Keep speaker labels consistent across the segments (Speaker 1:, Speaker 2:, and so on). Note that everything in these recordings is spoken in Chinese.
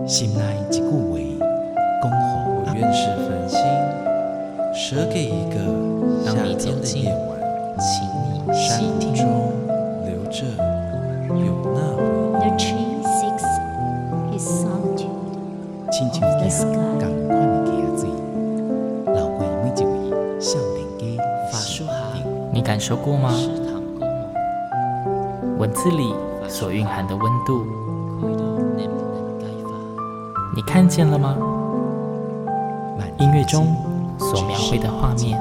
Speaker 1: 心内一句话，讲好
Speaker 2: 我愿是繁星，舍给一个夏天的夜晚，
Speaker 1: 请你
Speaker 2: 山
Speaker 1: 细听。
Speaker 2: 中留着有那回
Speaker 3: The tree seeks his solitude
Speaker 1: 亲像
Speaker 3: of the
Speaker 1: 一
Speaker 3: sky.
Speaker 1: 共款的溪水，流过每一位少年家
Speaker 2: 法术哈，
Speaker 4: 你感受过吗？
Speaker 2: 是糖果梦，
Speaker 4: 文字里所蕴含的温度，
Speaker 2: 开到你唔能解法。
Speaker 4: 你看见了吗？
Speaker 1: 慢
Speaker 4: 音乐中所描绘的画面，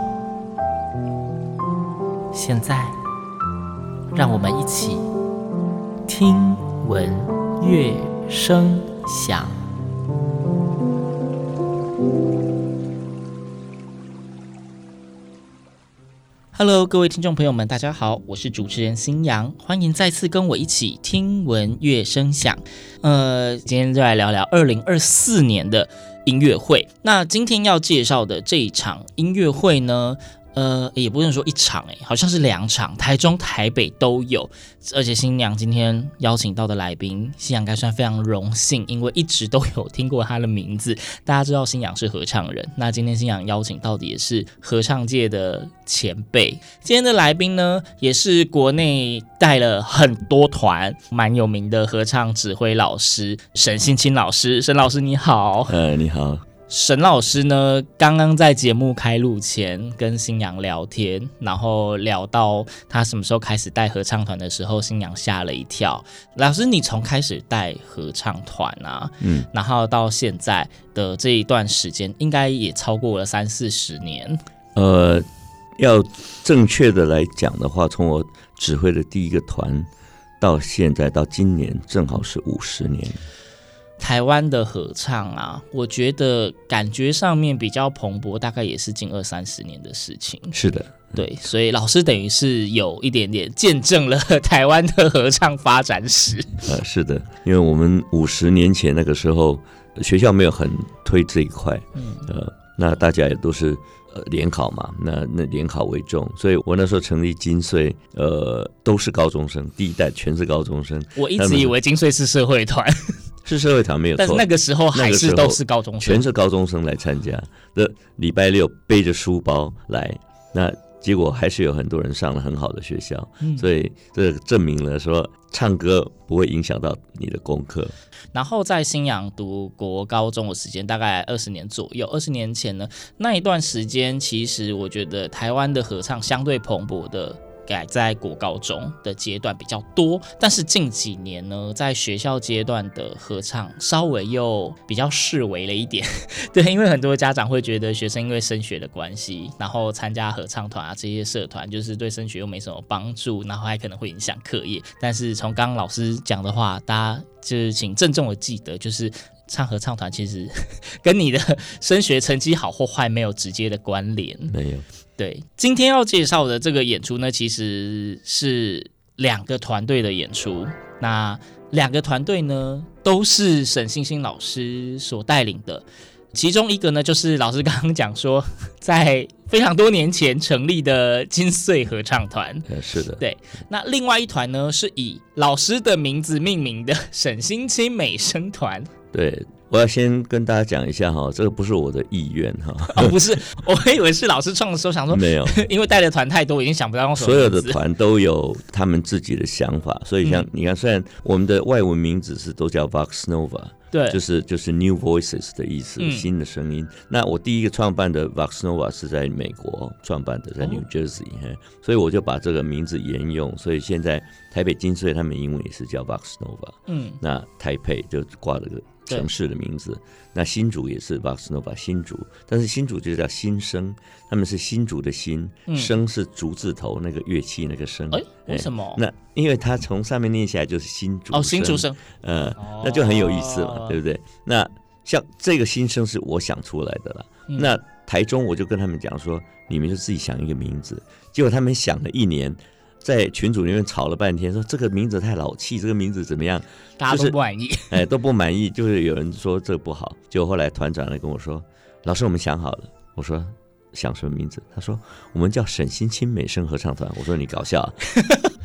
Speaker 4: 现在让我们一起听闻乐声响。Hello， 各位听众朋友们，大家好，我是主持人新阳，欢迎再次跟我一起听闻乐声响。今天就来聊聊2024年的音乐会。那今天要介绍的这一场音乐会呢，也不能说一场，好像是2场，台中、台北都有。而且新娘今天邀请到的来宾，新娘该算非常荣幸，因为一直都有听过她的名字。大家知道新娘是合唱人，那今天新娘邀请到的也是合唱界的前辈。今天的来宾呢，也是国内带了很多团，蛮有名的合唱指挥老师沈信清老师。沈老师你好。
Speaker 5: 你好。
Speaker 4: 沈老师呢，刚刚在节目开录前跟新娘聊天，然后聊到他什么时候开始带合唱团的时候，新娘吓了一跳。老师，你从开始带合唱团啊，然后到现在的这一段时间，应该也超过了30-40年。
Speaker 5: 要正确的来讲的话，从我指挥的第一个团到现在到今年，正好是50年。
Speaker 4: 台湾的合唱啊，我觉得感觉上面比较蓬勃，大概也是近20-30年的事情。
Speaker 5: 是的，
Speaker 4: 对，所以老师等于是有一点点见证了台湾的合唱发展史。
Speaker 5: 是的，因为我们50年前那个时候，学校没有很推这一块，那大家也都是联考嘛，那联考为重，所以我那时候成立金穗，都是高中生，第一代全是高中生。
Speaker 4: 我一直以为金穗是社会团。
Speaker 5: 是社会团没有错，
Speaker 4: 但是那个时候还是都是高中生，
Speaker 5: 全是高中生来参加的。礼拜六背着书包来，那结果还是有很多人上了很好的学校，所以这证明了说唱歌不会影响到你的功课。
Speaker 4: 然后在新阳读国高中的时间大概20年左右，20年前呢，那一段时间其实我觉得台湾的合唱相对蓬勃的改在国高中的阶段比较多，但是近几年呢，在学校阶段的合唱稍微又比较式微了一点。对，因为很多家长会觉得学生因为升学的关系，然后参加合唱团啊这些社团，就是对升学又没什么帮助，然后还可能会影响课业。但是从刚刚老师讲的话，大家就是请郑重的记得，就是唱合唱团其实跟你的升学成绩好或坏没有直接的关联。
Speaker 5: 没有。
Speaker 4: 对，今天要介绍的这个演出呢，其实是2个团队的演出。那2个团队呢，都是沈信清老师所带领的。其中一个呢，就是老师刚刚讲说，在非常多年前成立的金穗合唱团。
Speaker 5: 是的。
Speaker 4: 对，那另外一团呢，是以老师的名字命名的沈信清美声团。
Speaker 5: 对。我要先跟大家讲一下哈，这个不是我的意愿哈。
Speaker 4: 不是，我以为是老师创的时候想说
Speaker 5: 没有，因
Speaker 4: 为带的团太多，已经想不到用什么名字。
Speaker 5: 所有的团都有他们自己的想法，所以像你看，虽然我们的外文名字是都叫 Vox Nova， 对，就是 New Voices 的意思，新的声音。那我第一个创办的 Vox Nova 是在美国创办的，在 New Jersey，所以我就把这个名字沿用。所以现在台北金穗他们英文也是叫 Vox Nova，那台北就挂了个城市的名字，那新竹也是 Vox Nova 新竹，但是新竹就叫新声，他们是新竹的新，声是竹字头那个乐器那个声。
Speaker 4: 为什么？
Speaker 5: 那因为它从上面念下来就是新竹声，
Speaker 4: 新竹声，
Speaker 5: 那就很有意思嘛，对不对？那像这个新声是我想出来的啦，那台中我就跟他们讲说，你们就自己想一个名字，结果他们想了1年。在群组里面吵了半天，说这个名字太老气，这个名字怎么样？
Speaker 4: 大家都不满意，
Speaker 5: 都不满意，就是有人说这个不好。结果后来团长来跟我说：“老师，我们想好了。”我说：“想什么名字？”他说：“我们叫沈信清美声合唱团。”我说：“你搞笑啊！”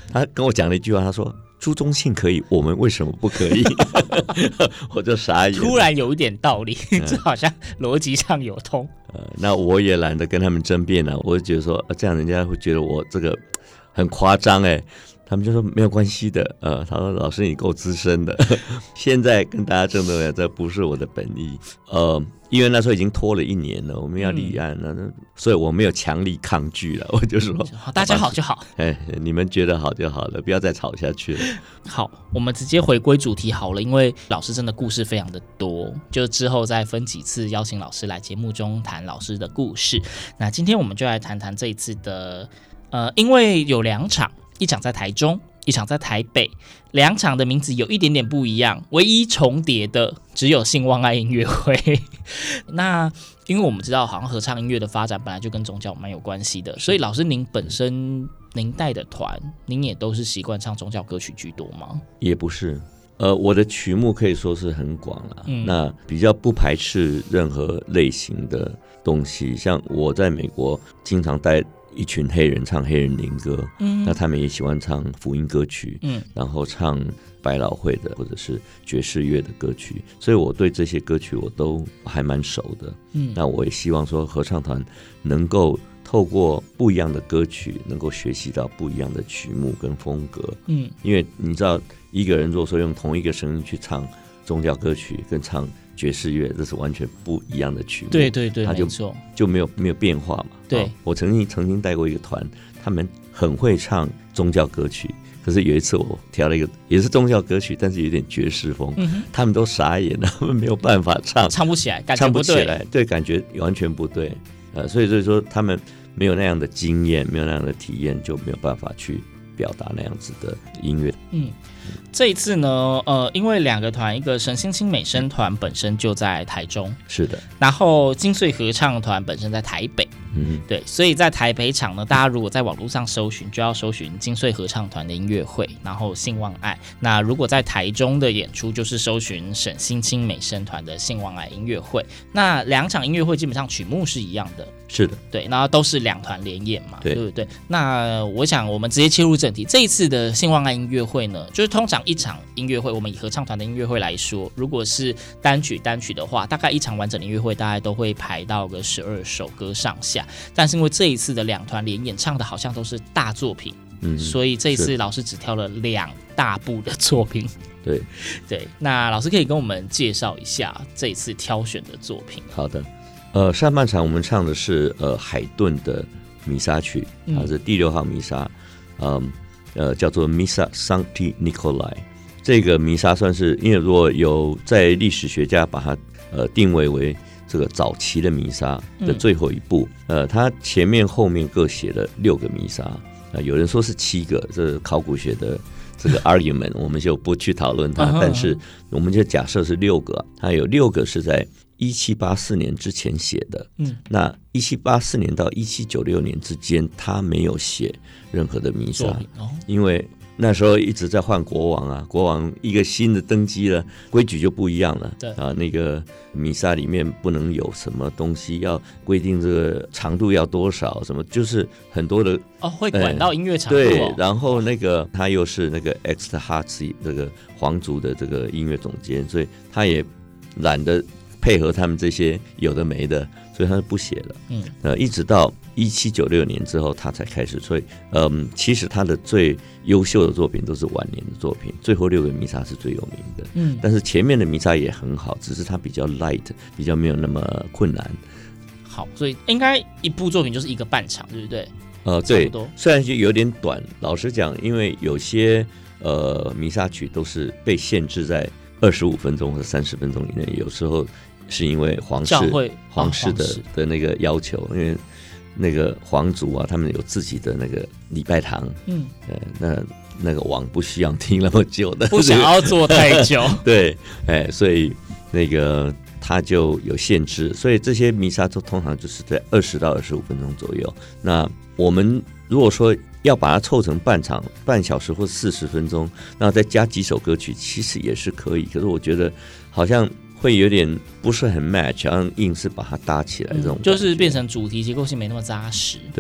Speaker 5: 他跟我讲了一句话，他说朱宗庆可以，我们为什么不可以？我就傻眼了。
Speaker 4: 突然有一点道理，这好像逻辑上有通。
Speaker 5: 那我也懒得跟他们争辩了，我就觉得说，这样人家会觉得我这个很夸张哎。他们就说没有关系的，他说老师你够资深的，现在跟大家争论，这不是我的本意，因为那时候已经拖了1年了，我们要立案了，所以我没有强力抗拒了，我就说
Speaker 4: 大家好就好，
Speaker 5: 你们觉得好就好了，不要再吵下去了。
Speaker 4: 好，我们直接回归主题好了，因为老师真的故事非常的多，就之后再分几次邀请老师来节目中谈老师的故事。那今天我们就来谈谈这一次的，因为有2场。一场在台中，一场在台北，2场的名字有一点点不一样，唯一重叠的只有信望爱音乐会。那因为我们知道，好像合唱音乐的发展本来就跟宗教蛮有关系的，所以老师您本身您带的团，您也都是习惯唱宗教歌曲居多吗？
Speaker 5: 也不是，我的曲目可以说是很广啦，那比较不排斥任何类型的东西，像我在美国经常带一群黑人唱黑人灵歌，那他们也喜欢唱福音歌曲，然后唱百老汇的或者是爵士乐的歌曲，所以我对这些歌曲我都还蛮熟的。那我也希望说合唱团能够透过不一样的歌曲，能够学习到不一样的曲目跟风格。因为你知道，一个人如果说用同一个声音去唱宗教歌曲跟唱爵士乐，这是完全不一样的曲目。对，它就没有变化嘛。对，我曾经带过一个团，他们很会唱宗教歌曲，可是有一次我调了一个也是宗教歌曲，但是有点爵士风，他们都傻眼了，他们没有办法唱不起来，感觉不对，唱不起来，对，感觉完全不对。所以说他们没有那样的经验，没有那样的体验，就没有办法去表达那样子的音乐。
Speaker 4: 这一次呢，因为2个团，一个神星青美声团本身就在台中，
Speaker 5: 是的，
Speaker 4: 然后金穗合唱团本身在台北，对，所以在台北场呢，大家如果在网络上搜寻，就要搜寻金穗合唱团的音乐会，然后信望爱。那如果在台中的演出，就是搜寻沈星青美声团的信望爱音乐会。那2场音乐会基本上曲目是一样的，
Speaker 5: 是的，
Speaker 4: 对，然后都是2团联演嘛，对不对？那我想我们直接切入正题，这一次的信望爱音乐会呢，就是通常一场音乐会，我们以合唱团的音乐会来说，如果是单曲的话，大概一场完整的音乐会大概都会排到个12首歌上下。但是因为这一次的2团联演唱的好像都是大作品，所以这一次老师只挑了2大部的作品。对，那老师可以跟我们介绍一下这一次挑选的作品。
Speaker 5: 好的，上半场我们唱的是海顿的弥撒曲，它是第6号弥撒，叫做 Missa Sancti Nicolae。这个弥撒算是，因为如果有在历史学家把它定位为这个早期的弥撒的最后一部，它前面后面各写了6个弥撒，有人说是7个，这是考古学的这个 argument， 我们就不去讨论它，但是我们就假设是6个，它有6个是在1784年之前写的，那1784年到1796年之间，他没有写任何的弥撒，因为那时候一直在换国王啊，国王一个新的登基了，规矩就不一样了。对啊，那个弥撒里面不能有什么东西，要规定这个长度要多少，什么就是很多的
Speaker 4: 会管到音乐长度。
Speaker 5: 对，然后那个他又是那个 Esterházy 这个皇族的这个音乐总监，所以他也懒得配合他们这些有的没的，所以他就不写了。一直到1796年之后他才开始，所以其实他的最优秀的作品都是晚年的作品，最后6个弥撒是最有名的。但是前面的弥撒也很好，只是它比较 light， 比较没有那么困难。
Speaker 4: 好，所以应该一部作品就是1个半场，对不对？
Speaker 5: 对，虽然就有点短，老实讲，因为有些弥撒曲都是被限制在25分钟或30分钟以内，有时候是因为皇室的那个要求，因为那个皇族啊，他们有自己的那个礼拜堂，那个王不需要听那么久的，
Speaker 4: 不想要做太久，
Speaker 5: 对，所以那个他就有限制，所以这些弥撒都通常就是在20到25分钟左右。那我们如果说要把它凑成半场，半小时或40分钟，然后再加几首歌曲，其实也是可以。可是我觉得好像会有点不是很 match， 好像硬是把它搭起来这种，
Speaker 4: 就是变成主题结构性没那么扎实。
Speaker 5: 对，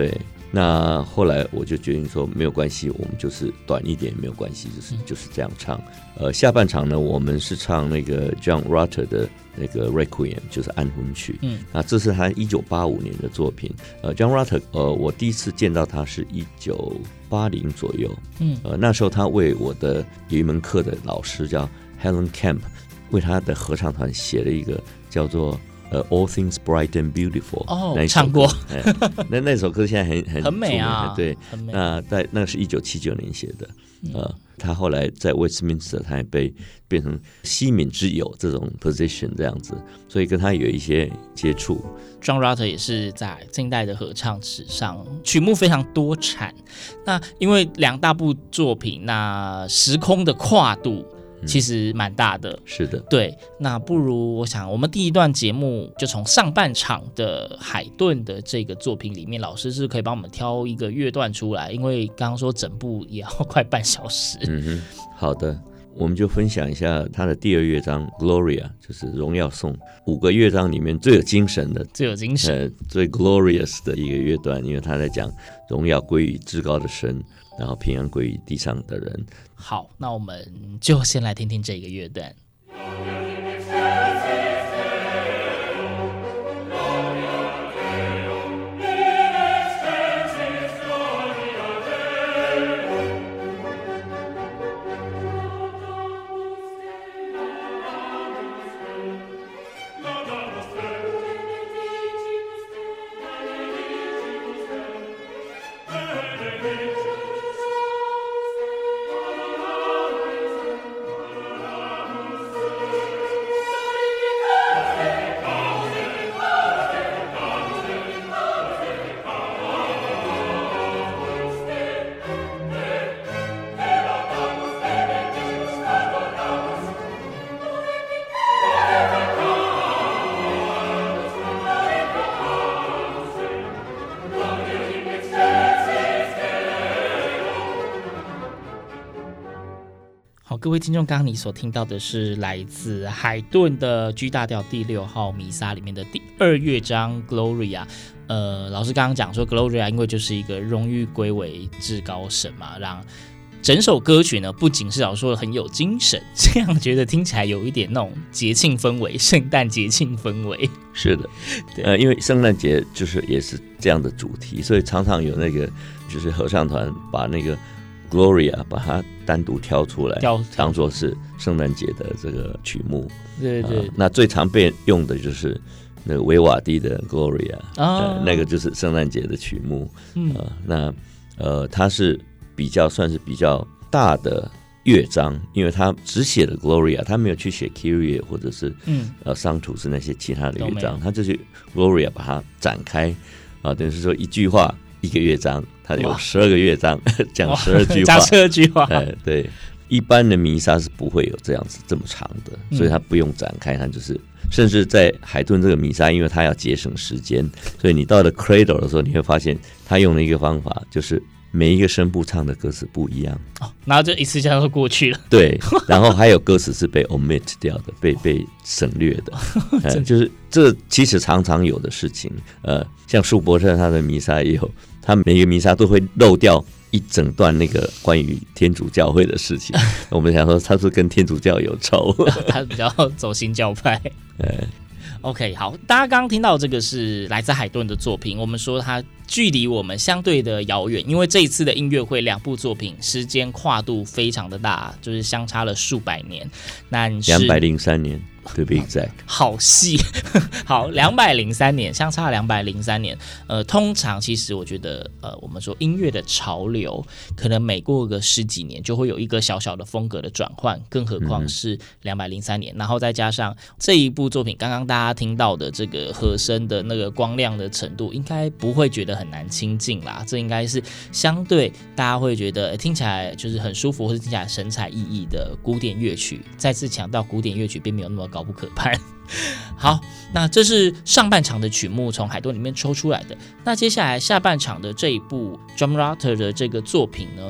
Speaker 5: 那后来我就决定说没有关系，我们就是短一点也没有关系，就是这样唱。下半场呢，我们是唱那个 John Rutter 的那个 Requiem， 就是安魂曲。那这是他1985年的作品。John Rutter， 我第一次见到他是1980左右。那时候他为我的有一门课的老师叫 Helen Camp， 为他的合唱团写了一个叫做All Things Bright and Beautiful，
Speaker 4: 唱过。
Speaker 5: 那首歌现在很
Speaker 4: 美啊，
Speaker 5: 对，
Speaker 4: 很美。
Speaker 5: 那是1979年写的。他后来在 Westminster， 他也变成西敏之友这种 position 这样子，所以跟他有一些接触。
Speaker 4: John Rutter 也是在近代的合唱史上曲目非常多产。那因为2大部作品，那时空的跨度其实蛮大的。
Speaker 5: 是的，
Speaker 4: 对。那不如我想，我们第一段节目就从上半场的海顿的这个作品里面，老师是可以帮我们挑一个乐段出来，因为刚刚说整部也要快半小时。
Speaker 5: 好的，我们就分享一下他的第2乐章 Gloria， 就是荣耀颂，5个乐章里面最有精神的，最 glorious 的一个乐段，因为他在讲荣耀归于至高的神，然后平安归于地上的人。
Speaker 4: 好，那我们就先来听听这个乐段。各位听众，刚刚你所听到的是来自海顿的 G 大调第6号弥撒里面的第2乐章 Gloria。老师刚刚讲说 Gloria 因为就是一个荣誉归为至高神嘛，让整首歌曲呢不仅是老师说的很有精神，这样觉得听起来有一点那种节庆氛围，圣诞节庆氛围。
Speaker 5: 是的，因为圣诞节就是也是这样的主题，所以常常有那个就是合唱团把那个Gloria 把它单独挑出来，当作是圣诞节的这个曲目。
Speaker 4: 对对，
Speaker 5: 那最常被用的就是那个维瓦蒂的 Gloria，那个就是圣诞节的曲目。它是算是比较大的乐章，因为他只写了 Gloria， 他没有去写 Kyrie 或者是桑图斯那些其他的乐章，他就是 Gloria 把它展开等于是说一句话一个乐章，它有12个乐章，讲12句话，
Speaker 4: 加12句话。
Speaker 5: 对，一般的弥撒是不会有这样子这么长的，所以它不用展开，它就是甚至在海顿这个弥撒，因为它要节省时间，所以你到了 Cradle 的时候，你会发现他用了一个方法，就是每一个声部唱的歌词不一样，
Speaker 4: 然后就一次这样就过去了。对，
Speaker 5: 然后还有歌词是被 omit 掉的，被省略的，就是这其实常常有的事情。像舒伯特他的弥撒也有，他每个弥撒都会漏掉一整段那个关于天主教会的事情。我们想说他是跟天主教有仇，
Speaker 4: 他比较走新教派。OK， 好，大家刚刚听到这个是来自海顿的作品，我们说它距离我们相对的遥远，因为这一次的音乐会2部作品时间跨度非常的大，就是相差了数百年。那
Speaker 5: 203年to be exact，
Speaker 4: 好细，好，203年，相差203年。通常其实我觉得，我们说音乐的潮流，可能每过个10几年就会有一个小小的风格的转换，更何况是203年，然后再加上这一部作品，刚刚大家听到的这个和声的那个光亮的程度，应该不会觉得很难亲近啦。这应该是相对大家会觉得听起来就是很舒服，或者听起来神采奕奕的古典乐曲。再次强调，古典乐曲并没有那么高不可攀。好，那这是上半场的曲目从海顿里面抽出来的。那接下来下半场的这一部 John Rutter 的这个作品呢，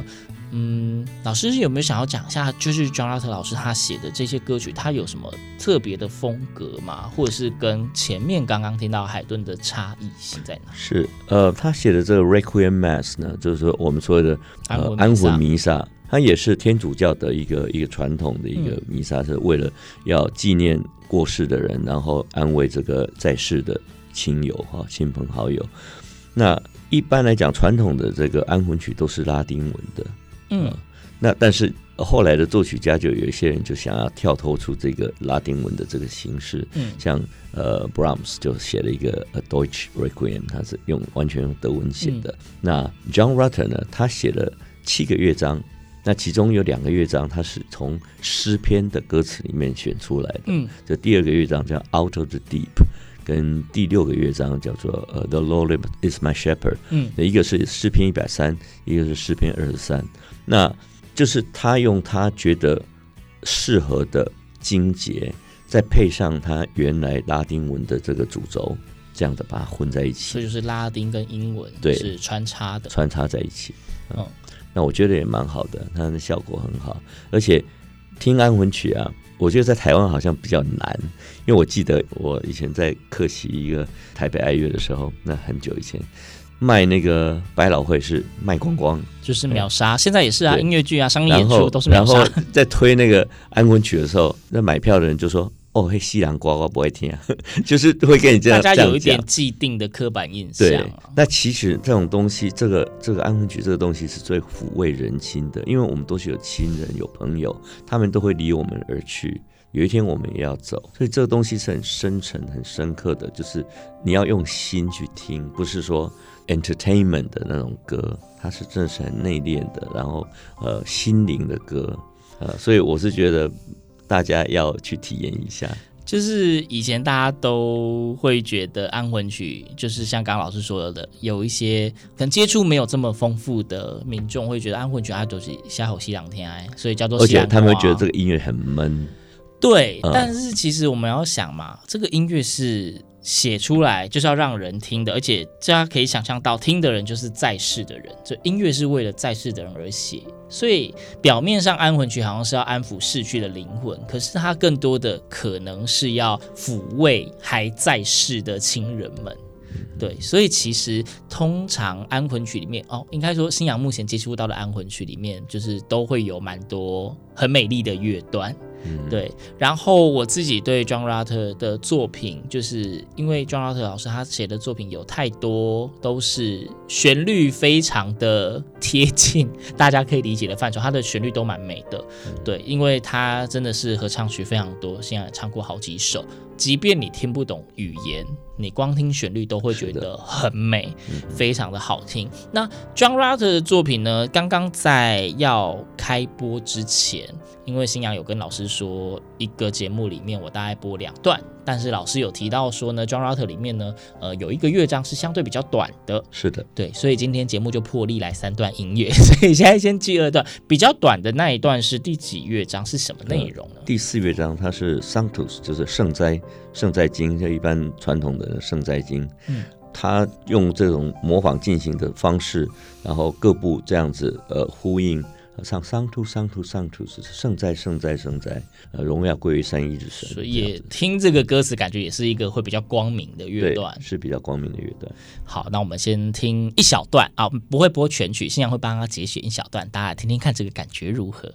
Speaker 4: 老师有没有想要讲一下，就是 John Rutter 老师他写的这些歌曲，他有什么特别的风格吗？或者是跟前面刚刚听到海顿的差异性在哪？
Speaker 5: 是他写的这个 Requiem Mass 呢，就是说我们说的安魂弥撒，它也是天主教的一个传统的一个弥撒，是为了要纪念过世的人，然后安慰这个在世的亲友亲朋好友。那一般来讲，传统的这个安魂曲都是拉丁文的，那但是后来的作曲家就有一些人就想要跳脱出这个拉丁文的这个形式，像Brahms 就写了一个 Deutsche Requiem， 他是完全用德文写的。那 John Rutter 呢，他写了7个乐章，那其中有2个乐章他是从诗篇的歌词里面选出来的，这第2个乐章叫 Out of the Deep，跟第6个乐章叫做The Lord is my shepherd，一个是诗篇130，一个是诗篇23，那就是他用他觉得适合的经节，再配上他原来拉丁文的这个主轴，这样的把它混在一起，
Speaker 4: 所以就是拉丁跟英文是穿插在一起。
Speaker 5: 那我觉得也蛮好的，它的效果很好，而且听安魂曲啊，我觉得在台湾好像比较难，因为我记得我以前在客席一个台北爱乐的时候，那很久以前卖那个百老汇是卖光光，
Speaker 4: 就是秒杀，现在也是啊，音乐剧啊、商业演出都是秒杀。
Speaker 5: 然后在推那个安魂曲的时候，那买票的人就说：“哦，嘿，西洋呱呱不会听啊。”就是会跟你这样，
Speaker 4: 大家有一点既定的刻板印象。
Speaker 5: 对，那其实这种东西，这个安魂曲这个东西是最抚慰人心的，因为我们都是有亲人、有朋友，他们都会离我们而去。有一天我们也要走，所以这个东西是很深沉、很深刻的，就是你要用心去听，不是说 entertainment 的那种歌，它是真的是很内敛的，然后心灵的歌，所以我是觉得大家要去体验一下。
Speaker 4: 就是以前大家都会觉得安魂曲，就是像刚刚老师说的，有一些可能接触没有这么丰富的民众会觉得安魂曲它都是下吼西洋天哀，所以叫做西洋话，而且
Speaker 5: 他们会觉得这个音乐很闷。对，
Speaker 4: 但是其实我们要想嘛，这个音乐是写出来就是要让人听的，而且大家可以想象到，听的人就是在世的人，这音乐是为了在世的人而写，所以表面上安魂曲好像是要安抚逝去的灵魂，可是它更多的可能是要抚慰还在世的亲人们。对，所以其实通常安魂曲里面应该说新阳目前接触到的安魂曲里面，就是都会有蛮多很美丽的乐段。对，然后我自己对 John Rutter 的作品，就是因为 John Rutter 老师他写的作品有太多都是旋律非常的贴近大家可以理解的范畴，他的旋律都蛮美的。对，因为他真的是合唱曲非常多，现在也唱过好几首，即便你听不懂语言，你光听旋律都会觉得很美，非常的好听。那 John Rutter 的作品呢，刚刚在要开播之前，因为新阳有跟老师说，一个节目里面我大概播2段，但是老师有提到说呢 ，John Rutter 里面呢，有一个乐章是相对比较短的。
Speaker 5: 是的，
Speaker 4: 对，所以今天节目就破例来3段音乐，所以现在先记2段，比较短的那一段是第几乐章，是什么内容呢？
Speaker 5: 第4乐章它是 Sanctus， 就是圣哉经，就一般传统的圣哉经。他用这种模仿进行的方式，然后各部这样子呼应。唱上图上图上图是圣哉圣哉圣哉，荣耀归于三一之神。
Speaker 4: 所以也听这个歌词，感觉也是一个会比较光明的乐段，
Speaker 5: 是比较光明的乐段。
Speaker 4: 好，那我们先听一小段啊，不会播全曲，新阳会帮他节选一小段，大家听听看这个感觉如何。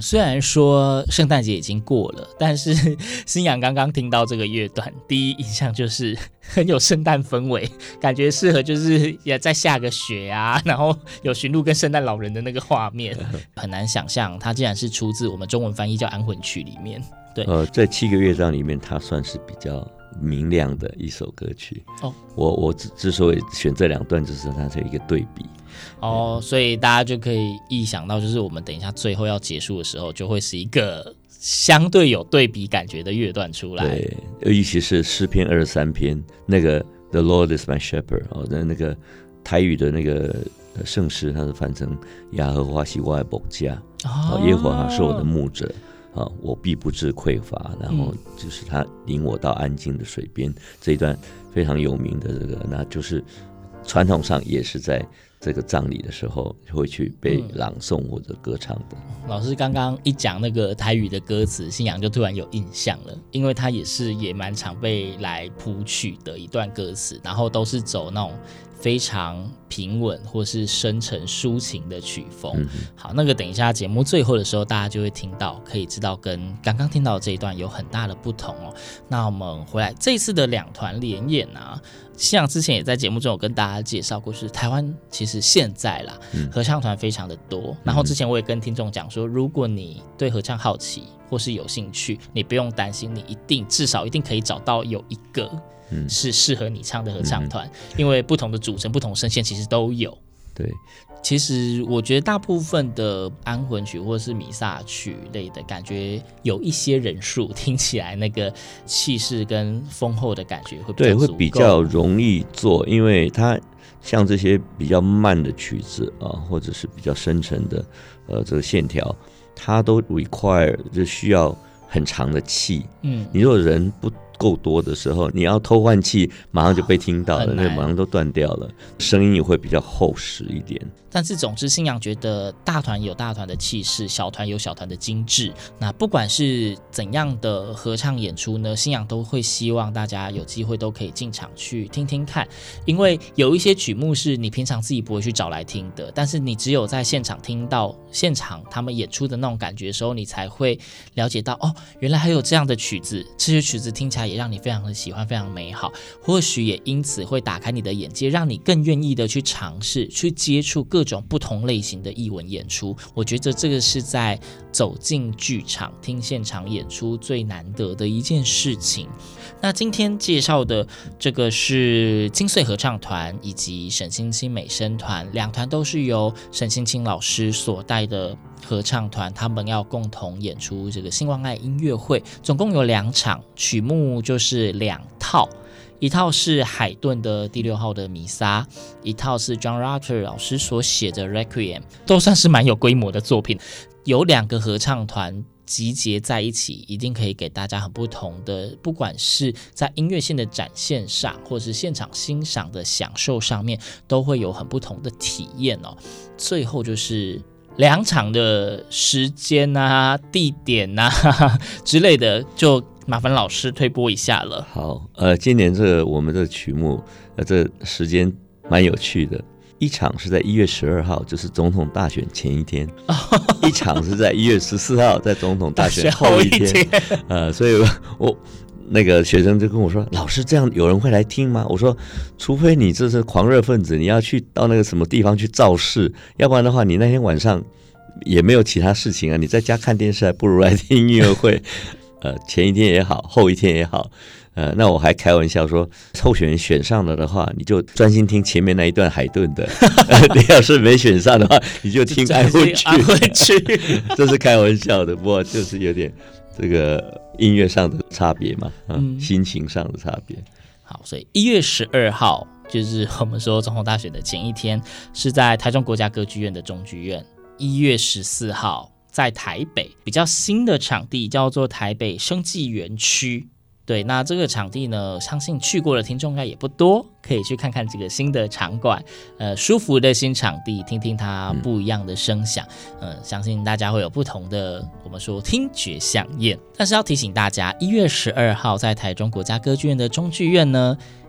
Speaker 4: 虽然说圣诞节已经过了，但是新阳刚刚听到这个乐段，第一印象就是很有圣诞氛围，感觉适合就是也再下个雪啊，然后有驯鹿跟圣诞老人的那个画面，很难想象它竟然是出自我们中文翻译叫《安魂曲》里面。对，
Speaker 5: 在7个乐章里面，它算是比较明亮的一首歌曲。我之所以选这2段，就是它是一个对比。
Speaker 4: 所以大家就可以臆想到，就是我们等一下最后要结束的时候，就会是一个相对有对比感觉的乐段出来。对，
Speaker 5: 尤其是诗篇23篇那个 The Lord is my shepherd 那个台语的那个圣诗，它是翻成亚和华是我的牧者，耶和华是我的牧者。我必不致匮乏，然后就是他领我到安静的水边，这一段非常有名的这个，那就是传统上也是在这个葬礼的时候会去被朗诵或者歌唱的。
Speaker 4: 老师刚刚一讲那个台语的歌词，新阳就突然有印象了，因为它也蛮常被来谱曲的一段歌词，然后都是走那种非常平稳或是深沉抒情的曲风。好，那个等一下节目最后的时候大家就会听到，可以知道跟刚刚听到的这一段有很大的不同哦。那我们回来这一次的2团联演啊，像之前也在节目中有跟大家介绍过，是台湾其实现在啦合唱团非常的多，然后之前我也跟听众讲说，如果你对合唱好奇或是有兴趣，你不用担心，你至少一定可以找到有一个是适合你唱的合唱团，因为不同的组成不同声线其实都有。
Speaker 5: 对，
Speaker 4: 其实我觉得大部分的安魂曲或是弥撒曲类的感觉，有一些人数听起来那个气势跟丰厚的感觉会比较足够，
Speaker 5: 对，会比较容易做，因为它像这些比较慢的曲子或者是比较深沉的这个线条，它都 require 就需要很长的气。你如果人不够多的时候，你要偷换气，马上就被听到了，那马上都断掉了，声音也会比较厚实一点。
Speaker 4: 但是总之，新阳觉得大团有大团的气势，小团有小团的精致。那不管是怎样的合唱演出呢，新阳都会希望大家有机会都可以进场去听听看，因为有一些曲目是你平常自己不会去找来听的，但是你只有在现场听到现场他们演出的那种感觉的时候，你才会了解到原来还有这样的曲子，这些曲子听起来也让你非常的喜欢，非常美好，或许也因此会打开你的眼界，让你更愿意的去尝试去接触各种不同类型的艺文演出。我觉得这个是在走进剧场听现场演出最难得的一件事情。那今天介绍的这个是金穗合唱团以及沈星清美声团，2团都是由沈星清老师所带的合唱团，他们要共同演出这个兴旺爱音乐会，总共有2场，曲目就是2套，一套是海顿的第6号的弥撒，一套是 John Rutter 老师所写的 Requiem， 都算是蛮有规模的作品。有2个合唱团集结在一起，一定可以给大家很不同的，不管是在音乐性的展现上，或是现场欣赏的享受上面，都会有很不同的体验哦。最后就是2场的时间啊、地点啊之类的，就麻烦老师推播一下了。
Speaker 5: 好，今年我们的曲目，这时间蛮有趣的。一场是在1月12号，就是总统大选前一天；一场是在1月14号，在总统大选后一天。所以我那个学生就跟我说：“老师，这样有人会来听吗？”我说：“除非你这是狂热分子，你要去到那个什么地方去造势，要不然的话，你那天晚上也没有其他事情啊，你在家看电视，还不如来听音乐会。前一天也好，后一天也好。”那我还开玩笑说，候选人选上了的话，你就专心听前面那一段海顿的；你要是没选上的话，你就听安魂曲。这是开玩笑的，不过就是有点这个音乐上的差别嘛，心情上的差别。
Speaker 4: 好，所以1月12号就是我们说总统大选的前一天，是在台中国家歌剧院的中剧院。1月14号在台北比较新的场地叫做台北生技园区。对，那这个场地呢，相信去过的听众应该也不多，可以去看看这个新的场馆，舒服的新场地，听听它不一样的声响，相信大家会有不同的，我们说听觉响应。但是要提醒大家，1月12号在台中国家歌剧院的中剧院呢，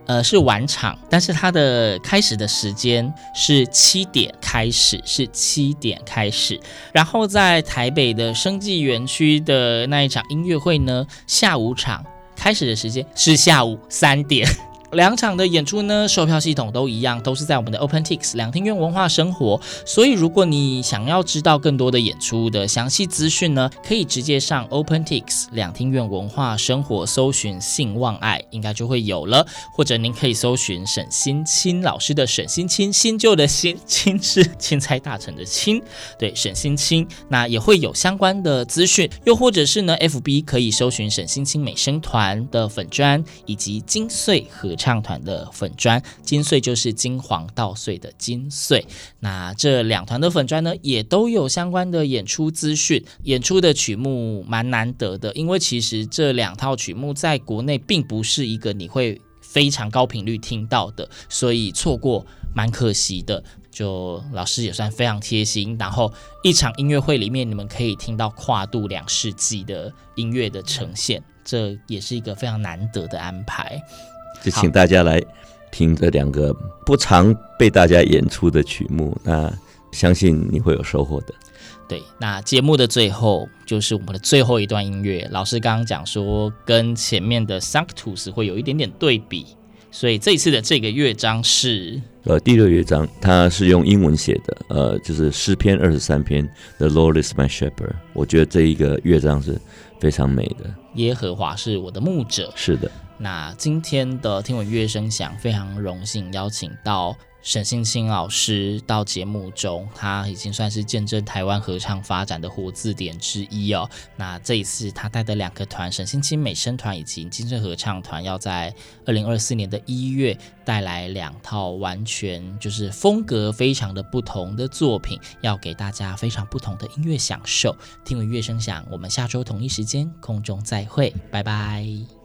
Speaker 4: 是晚场，但是它的开始的时间是7点开始，然后在台北的生技园区的那一场音乐会呢，下午场开始的时间是下午3点。2场的演出呢，售票系统都一样，都是在我们的 OpenTix 两厅院文化生活。所以如果你想要知道更多的演出的详细资讯呢，可以直接上 OpenTix 两厅院文化生活搜寻性望爱，应该就会有了。或者您可以搜寻沈新青老师的沈新青，新旧的新，青是钦差大臣的钦，对，沈新青，那也会有相关的资讯。又或者是呢 FB 可以搜寻沈新青美声团的粉专，以及金穗合唱团的粉专，金穗就是金黄稻穗的金穗。那这2团的粉专呢，也都有相关的演出资讯。演出的曲目蛮难得的，因为其实这2套曲目在国内并不是一个你会非常高频率听到的，所以错过蛮可惜的。就老师也算非常贴心，然后一场音乐会里面你们可以听到跨度2世纪的音乐的呈现，这也是一个非常难得的安排。
Speaker 5: 就请大家来听这2个不常被大家演出的曲目，那相信你会有收获的。
Speaker 4: 对，那节目的最后就是我们的最后一段音乐。老师刚刚讲说跟前面的 Sanctus 会有一点点对比，所以这一次的这个乐章是
Speaker 5: 第6乐章，它是用英文写的，就是诗篇23篇 The Lord is my shepherd。 我觉得这一个乐章是非常美的。
Speaker 4: 耶和华是我的牧者。
Speaker 5: 是的。
Speaker 4: 那今天的听闻乐声响非常荣幸邀请到沈新青老师到节目中，他已经算是见证台湾合唱发展的活字典之一哦。那这一次他带的2个团，沈新青美声团以及金穗合唱团，要在2024年的1月带来2套完全就是风格非常的不同的作品，要给大家非常不同的音乐享受。听闻乐声响，我们下周同一时间空中再会，拜拜。